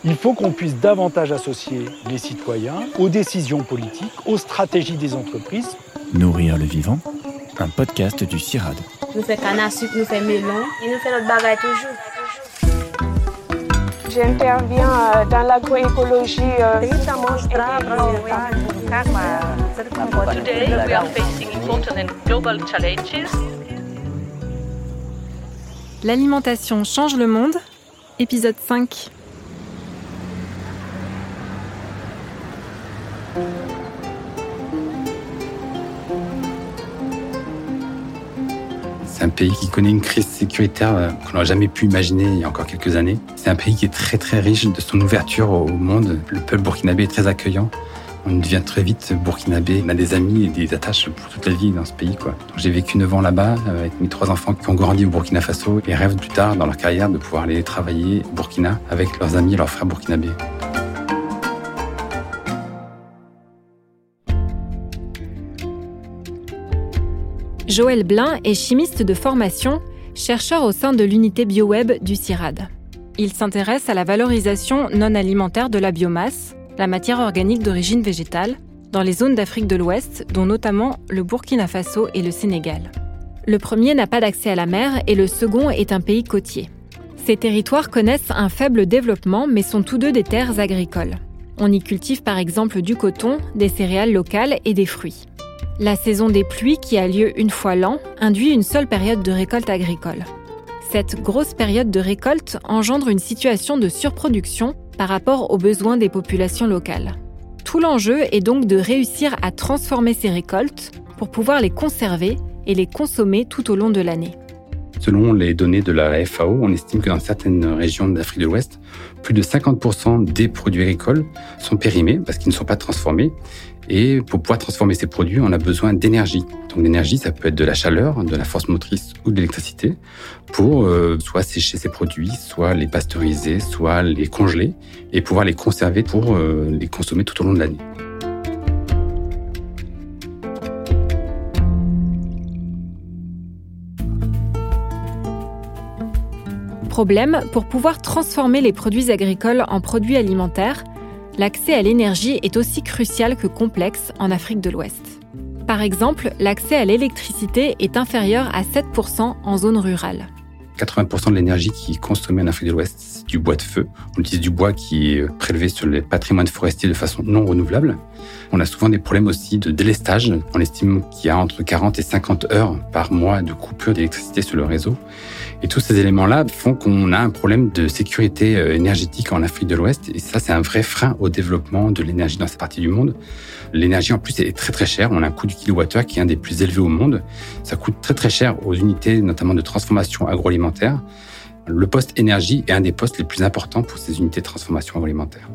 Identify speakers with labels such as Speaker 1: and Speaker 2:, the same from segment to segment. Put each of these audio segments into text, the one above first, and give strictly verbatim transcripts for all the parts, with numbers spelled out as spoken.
Speaker 1: Il faut qu'on puisse davantage associer les citoyens aux décisions politiques, aux stratégies des entreprises.
Speaker 2: Nourrir le vivant, un podcast du CIRAD.
Speaker 3: Nous faisons canne à sucre, nous faisons melon et nous faisons notre bagaille toujours.
Speaker 4: J'interviens dans l'agroécologie.
Speaker 5: Today we are facing important and global challenges.
Speaker 6: L'alimentation change le monde, épisode cinq.
Speaker 7: C'est un pays qui connaît une crise sécuritaire qu'on n'aurait jamais pu imaginer il y a encore quelques années. C'est un pays qui est très très riche de son ouverture au monde. Le peuple burkinabé est très accueillant. On devient très vite burkinabé. On a des amis et des attaches pour toute la vie dans ce pays, quoi. Donc, j'ai vécu neuf ans là-bas avec mes trois enfants qui ont grandi au Burkina Faso et rêvent plus tard dans leur carrière de pouvoir aller travailler au Burkina avec leurs amis et leurs frères burkinabés.
Speaker 6: Joël Blin est chimiste de formation, chercheur au sein de l'unité BioWeb du CIRAD. Il s'intéresse à la valorisation non alimentaire de la biomasse, la matière organique d'origine végétale, dans les zones d'Afrique de l'Ouest, dont notamment le Burkina Faso et le Sénégal. Le premier n'a pas d'accès à la mer et le second est un pays côtier. Ces territoires connaissent un faible développement mais sont tous deux des terres agricoles. On y cultive par exemple du coton, des céréales locales et des fruits. La saison des pluies, qui a lieu une fois l'an, induit une seule période de récolte agricole. Cette grosse période de récolte engendre une situation de surproduction par rapport aux besoins des populations locales. Tout l'enjeu est donc de réussir à transformer ces récoltes pour pouvoir les conserver et les consommer tout au long de l'année.
Speaker 7: Selon les données de la F A O, on estime que dans certaines régions d'Afrique de l'Ouest, plus de cinquante pour cent des produits agricoles sont périmés parce qu'ils ne sont pas transformés. Et pour pouvoir transformer ces produits, on a besoin d'énergie. Donc l'énergie, ça peut être de la chaleur, de la force motrice ou de l'électricité pour euh, soit sécher ces produits, soit les pasteuriser, soit les congeler et pouvoir les conserver pour euh, les consommer tout au long de l'année.
Speaker 6: Problème, pour pouvoir transformer les produits agricoles en produits alimentaires, l'accès à l'énergie est aussi crucial que complexe en Afrique de l'Ouest. Par exemple, l'accès à l'électricité est inférieur à sept pour cent en zone rurale.
Speaker 7: quatre-vingts pour cent de l'énergie qui est consommée en Afrique de l'Ouest, c'est du bois de feu. On utilise du bois qui est prélevé sur les patrimoines forestiers de façon non renouvelable. On a souvent des problèmes aussi de délestage. On estime qu'il y a entre quarante et cinquante heures par mois de coupure d'électricité sur le réseau. Et tous ces éléments-là font qu'on a un problème de sécurité énergétique en Afrique de l'Ouest. Et ça, c'est un vrai frein au développement de l'énergie dans cette partie du monde. L'énergie, en plus, est très très chère. On a un coût du kilowattheure qui est un des plus élevés au monde. Ça coûte très très cher aux unités, notamment de transformation agroalimentaire. Le poste énergie est un des postes les plus importants pour ces unités de transformation agroalimentaire.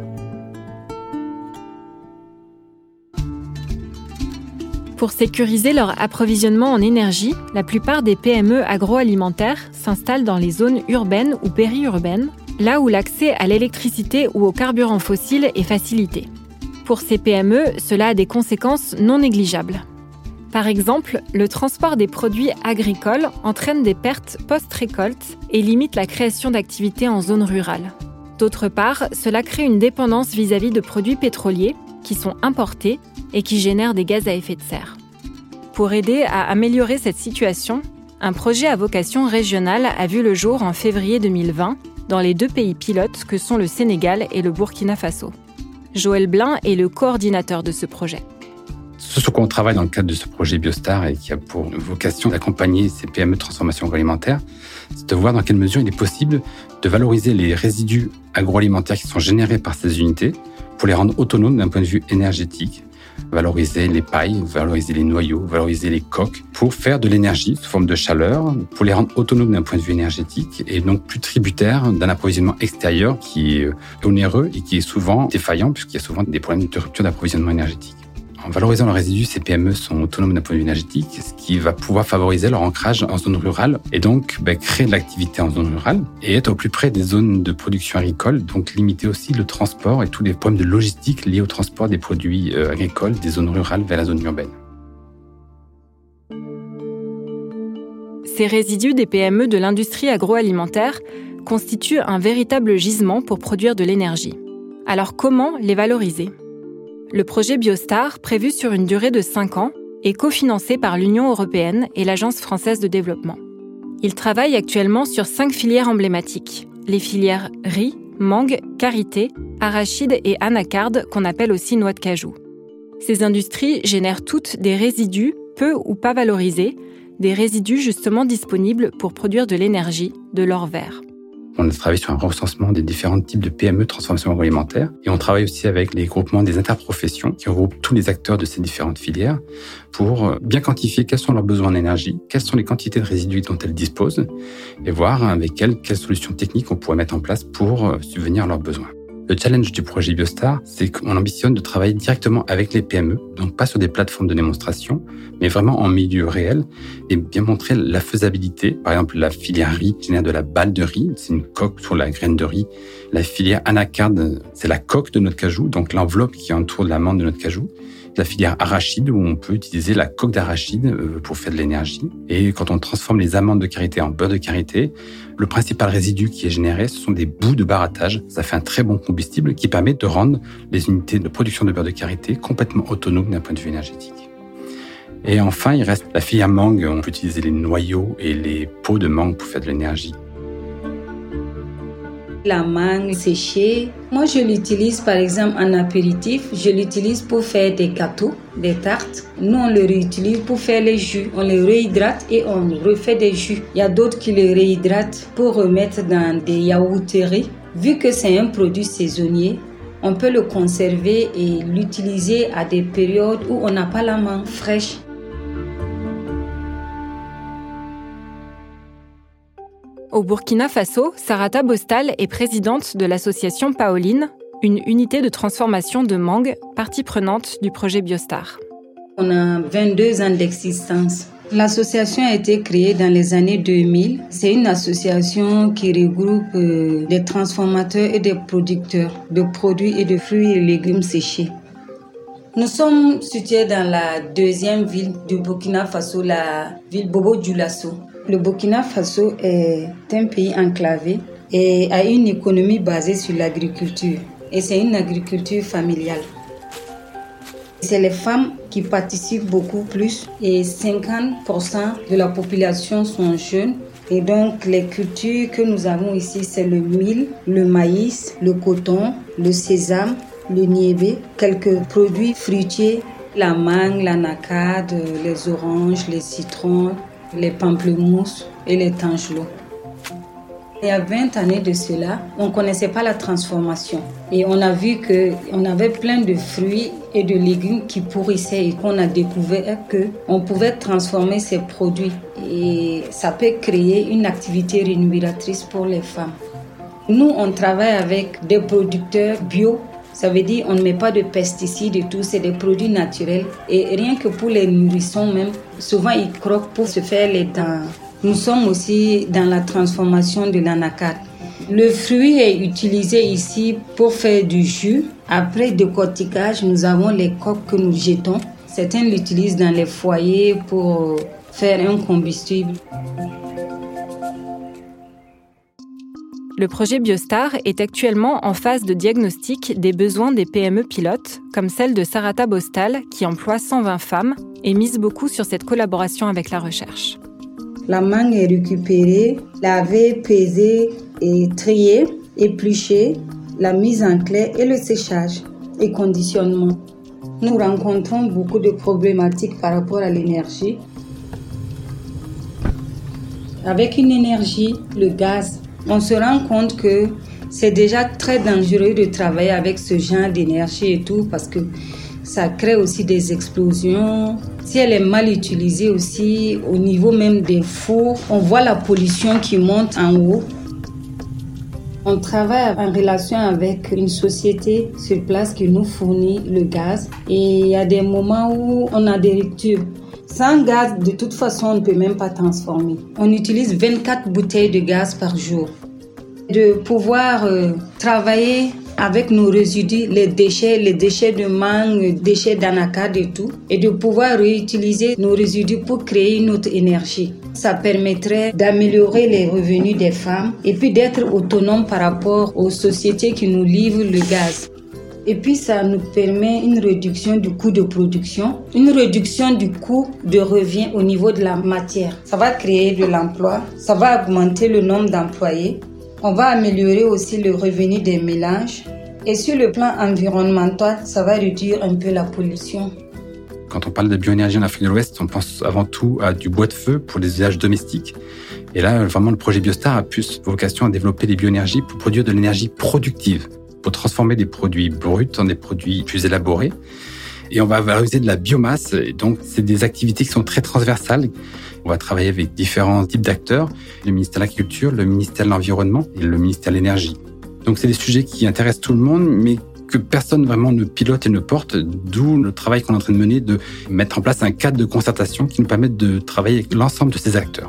Speaker 6: Pour sécuriser leur approvisionnement en énergie, la plupart des P M E agroalimentaires s'installent dans les zones urbaines ou périurbaines, là où l'accès à l'électricité ou aux carburants fossiles est facilité. Pour ces P M E, cela a des conséquences non négligeables. Par exemple, le transport des produits agricoles entraîne des pertes post-récolte et limite la création d'activités en zone rurale. D'autre part, cela crée une dépendance vis-à-vis de produits pétroliers qui sont importés et qui génèrent des gaz à effet de serre. Pour aider à améliorer cette situation, un projet à vocation régionale a vu le jour en février deux mille vingt dans les deux pays pilotes que sont le Sénégal et le Burkina Faso. Joël Blin est le coordinateur de ce projet.
Speaker 7: Ce sur quoi on travaille dans le cadre de ce projet Biostar et qui a pour vocation d'accompagner ces P M E de transformation agroalimentaire, c'est de voir dans quelle mesure il est possible de valoriser les résidus agroalimentaires qui sont générés par ces unités pour les rendre autonomes d'un point de vue énergétique, valoriser les pailles, valoriser les noyaux, valoriser les coques pour faire de l'énergie sous forme de chaleur, pour les rendre autonomes d'un point de vue énergétique et donc plus tributaires d'un approvisionnement extérieur qui est onéreux et qui est souvent défaillant puisqu'il y a souvent des problèmes de rupture d'approvisionnement énergétique. En valorisant leurs résidus, ces P M E sont autonomes d'un point de vue énergétique, ce qui va pouvoir favoriser leur ancrage en zone rurale et donc ben, créer de l'activité en zone rurale et être au plus près des zones de production agricole, donc limiter aussi le transport et tous les problèmes de logistique liés au transport des produits euh, agricoles des zones rurales vers la zone urbaine.
Speaker 6: Ces résidus des P M E de l'industrie agroalimentaire constituent un véritable gisement pour produire de l'énergie. Alors comment les valoriser ? Le projet Biostar, prévu sur une durée de cinq ans, est cofinancé par l'Union européenne et l'Agence française de développement. Il travaille actuellement sur cinq filières emblématiques, les filières riz, mangue, karité, arachide et anacarde, qu'on appelle aussi noix de cajou. Ces industries génèrent toutes des résidus peu ou pas valorisés, des résidus justement disponibles pour produire de l'énergie, de l'or vert.
Speaker 7: On a travaillé sur un recensement des différents types de P M E de transformation agroalimentaire et on travaille aussi avec les groupements des interprofessions qui regroupent tous les acteurs de ces différentes filières pour bien quantifier quels sont leurs besoins en énergie, quelles sont les quantités de résidus dont elles disposent et voir avec elles quelles solutions techniques on pourrait mettre en place pour subvenir à leurs besoins. Le challenge du projet Biostar, c'est qu'on ambitionne de travailler directement avec les P M E, donc pas sur des plateformes de démonstration, mais vraiment en milieu réel et bien montrer la faisabilité. Par exemple, la filière riz génère de la balle de riz, c'est une coque sur la graine de riz. La filière anacarde, c'est la coque de notre cajou, donc l'enveloppe qui entoure l'amande de notre cajou. La filière arachide, où on peut utiliser la coque d'arachide pour faire de l'énergie. Et quand on transforme les amandes de karité en beurre de karité, le principal résidu qui est généré, ce sont des bouts de barattage. Ça fait un très bon combustible qui permet de rendre les unités de production de beurre de karité complètement autonomes d'un point de vue énergétique. Et enfin, il reste la filière mangue. On peut utiliser les noyaux et les peaux de mangue pour faire de l'énergie.
Speaker 8: La mangue séchée, moi je l'utilise par exemple en apéritif, je l'utilise pour faire des gâteaux, des tartes. Nous on le réutilise pour faire les jus, on les réhydrate et on refait des jus. Il y a d'autres qui le réhydratent pour remettre dans des yaourteries. Vu que c'est un produit saisonnier, on peut le conserver et l'utiliser à des périodes où on n'a pas la mangue fraîche.
Speaker 6: Au Burkina Faso, Sarata Bostal est présidente de l'association Paoline, une unité de transformation de mangue, partie prenante du projet Biostar.
Speaker 8: On a vingt-deux ans d'existence. L'association a été créée dans les années deux mille. C'est une association qui regroupe des transformateurs et des producteurs de produits et de fruits et légumes séchés. Nous sommes situés dans la deuxième ville du Burkina Faso, la ville Bobo-Dioulasso. Le Burkina Faso est un pays enclavé et a une économie basée sur l'agriculture. Et c'est une agriculture familiale. C'est les femmes qui participent beaucoup plus et cinquante pour cent de la population sont jeunes. Et donc les cultures que nous avons ici, c'est le mil, le maïs, le coton, le sésame, le niébé, quelques produits fruitiers, la mangue, l'anacarde, les oranges, les citrons, les pamplemousses et les tangelots. Il y a vingt années de cela, on ne connaissait pas la transformation. Et on a vu qu'on avait plein de fruits et de légumes qui pourrissaient et qu'on a découvert qu'on pouvait transformer ces produits. Et ça peut créer une activité rémunératrice pour les femmes. Nous, on travaille avec des producteurs bio. Ça veut dire qu'on ne met pas de pesticides et tout, c'est des produits naturels. Et rien que pour les nourrissons même, souvent ils croquent pour se faire les dents. Nous sommes aussi dans la transformation de l'anacarde. Le fruit est utilisé ici pour faire du jus. Après décortiquage, nous avons les coques que nous jetons. Certains l'utilisent dans les foyers pour faire un combustible.
Speaker 6: Le projet Biostar est actuellement en phase de diagnostic des besoins des P M E pilotes, comme celle de Sarata Bostal, qui emploie cent vingt femmes et mise beaucoup sur cette collaboration avec la recherche.
Speaker 8: La mangue est récupérée, lavée, pesée et triée, épluchée, la mise en clé et le séchage et conditionnement. Nous rencontrons beaucoup de problématiques par rapport à l'énergie. Avec une énergie, le gaz, on se rend compte que c'est déjà très dangereux de travailler avec ce genre d'énergie et tout parce que ça crée aussi des explosions. Si elle est mal utilisée aussi, au niveau même des fours, on voit la pollution qui monte en haut. On travaille en relation avec une société sur place qui nous fournit le gaz. Et il y a des moments où on a des ruptures. Sans gaz, de toute façon, on ne peut même pas transformer. On utilise vingt-quatre bouteilles de gaz par jour. De pouvoir euh, travailler avec nos résidus, les déchets, les déchets de mangue, les déchets d'anacarde et tout, et de pouvoir réutiliser nos résidus pour créer une autre énergie. Ça permettrait d'améliorer les revenus des femmes et puis d'être autonome par rapport aux sociétés qui nous livrent le gaz. Et puis, ça nous permet une réduction du coût de production, une réduction du coût de revient au niveau de la matière. Ça va créer de l'emploi, ça va augmenter le nombre d'employés. On va améliorer aussi le revenu des mélanges. Et sur le plan environnemental, ça va réduire un peu la pollution.
Speaker 7: Quand on parle de bioénergie en Afrique de l'Ouest, on pense avant tout à du bois de feu pour les usages domestiques. Et là, vraiment, le projet Biostar a plus vocation à développer les bioénergies pour produire de l'énergie productive, pour transformer des produits bruts en des produits plus élaborés. Et on va valoriser de la biomasse. Et donc, c'est des activités qui sont très transversales. On va travailler avec différents types d'acteurs, le ministère de l'Agriculture, le ministère de l'Environnement et le ministère de l'Énergie. Donc, c'est des sujets qui intéressent tout le monde, mais que personne vraiment ne pilote et ne porte, d'où le travail qu'on est en train de mener de mettre en place un cadre de concertation qui nous permette de travailler avec l'ensemble de ces acteurs.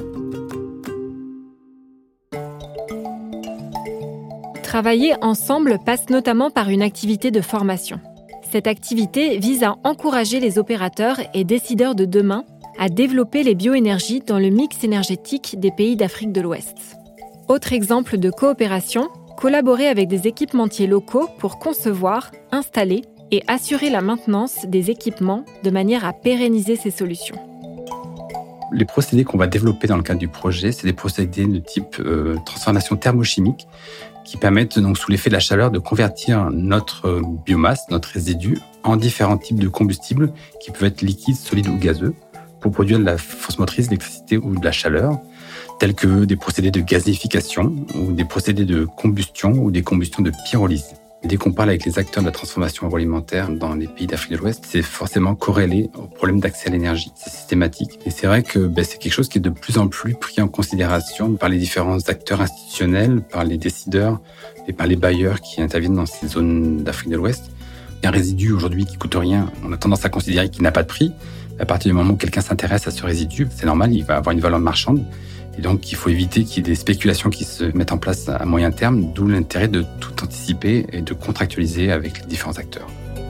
Speaker 6: Travailler ensemble passe notamment par une activité de formation. Cette activité vise à encourager les opérateurs et décideurs de demain à développer les bioénergies dans le mix énergétique des pays d'Afrique de l'Ouest. Autre exemple de coopération, collaborer avec des équipementiers locaux pour concevoir, installer et assurer la maintenance des équipements de manière à pérenniser ces solutions.
Speaker 7: Les procédés qu'on va développer dans le cadre du projet, c'est des procédés de type euh, transformation thermochimique qui permettent donc sous l'effet de la chaleur de convertir notre biomasse, notre résidu, en différents types de combustibles qui peuvent être liquides, solides ou gazeux pour produire de la force motrice, de l'électricité ou de la chaleur, tels que des procédés de gazéification ou des procédés de combustion ou des combustions de pyrolyse. Dès qu'on parle avec les acteurs de la transformation agroalimentaire dans les pays d'Afrique de l'Ouest, c'est forcément corrélé au problème d'accès à l'énergie. C'est systématique. Et c'est vrai que ben, c'est quelque chose qui est de plus en plus pris en considération par les différents acteurs institutionnels, par les décideurs et par les bailleurs qui interviennent dans ces zones d'Afrique de l'Ouest. Il y a un résidu aujourd'hui qui coûte rien. On a tendance à considérer qu'il n'a pas de prix. À partir du moment où quelqu'un s'intéresse à ce résidu, c'est normal, il va avoir une valeur marchande. Et donc, il faut éviter qu'il y ait des spéculations qui se mettent en place à moyen terme, d'où l'intérêt de tout anticiper et de contractualiser avec les différents acteurs.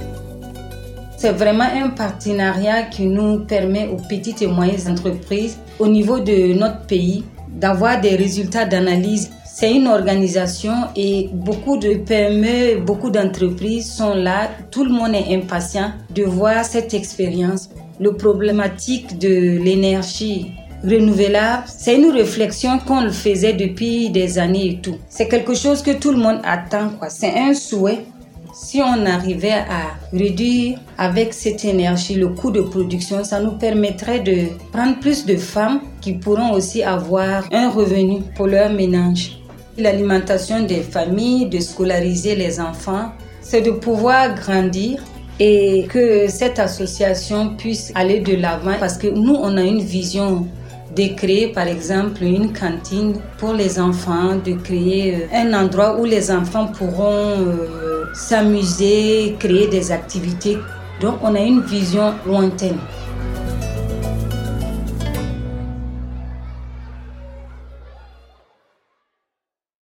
Speaker 8: C'est vraiment un partenariat qui nous permet aux petites et moyennes entreprises, au niveau de notre pays, d'avoir des résultats d'analyse. C'est une organisation et beaucoup de P M E, beaucoup d'entreprises sont là. Tout le monde est impatient de voir cette expérience. Le problématique de l'énergie renouvelable, c'est une réflexion qu'on le faisait depuis des années et tout. C'est quelque chose que tout le monde attend, quoi. C'est un souhait. Si on arrivait à réduire avec cette énergie le coût de production, ça nous permettrait de prendre plus de femmes qui pourront aussi avoir un revenu pour leur ménage. L'alimentation des familles, de scolariser les enfants, c'est de pouvoir grandir et que cette association puisse aller de l'avant parce que nous, on a une vision de créer par exemple une cantine pour les enfants, de créer un endroit où les enfants pourront euh, s'amuser, créer des activités. Donc on a une vision lointaine.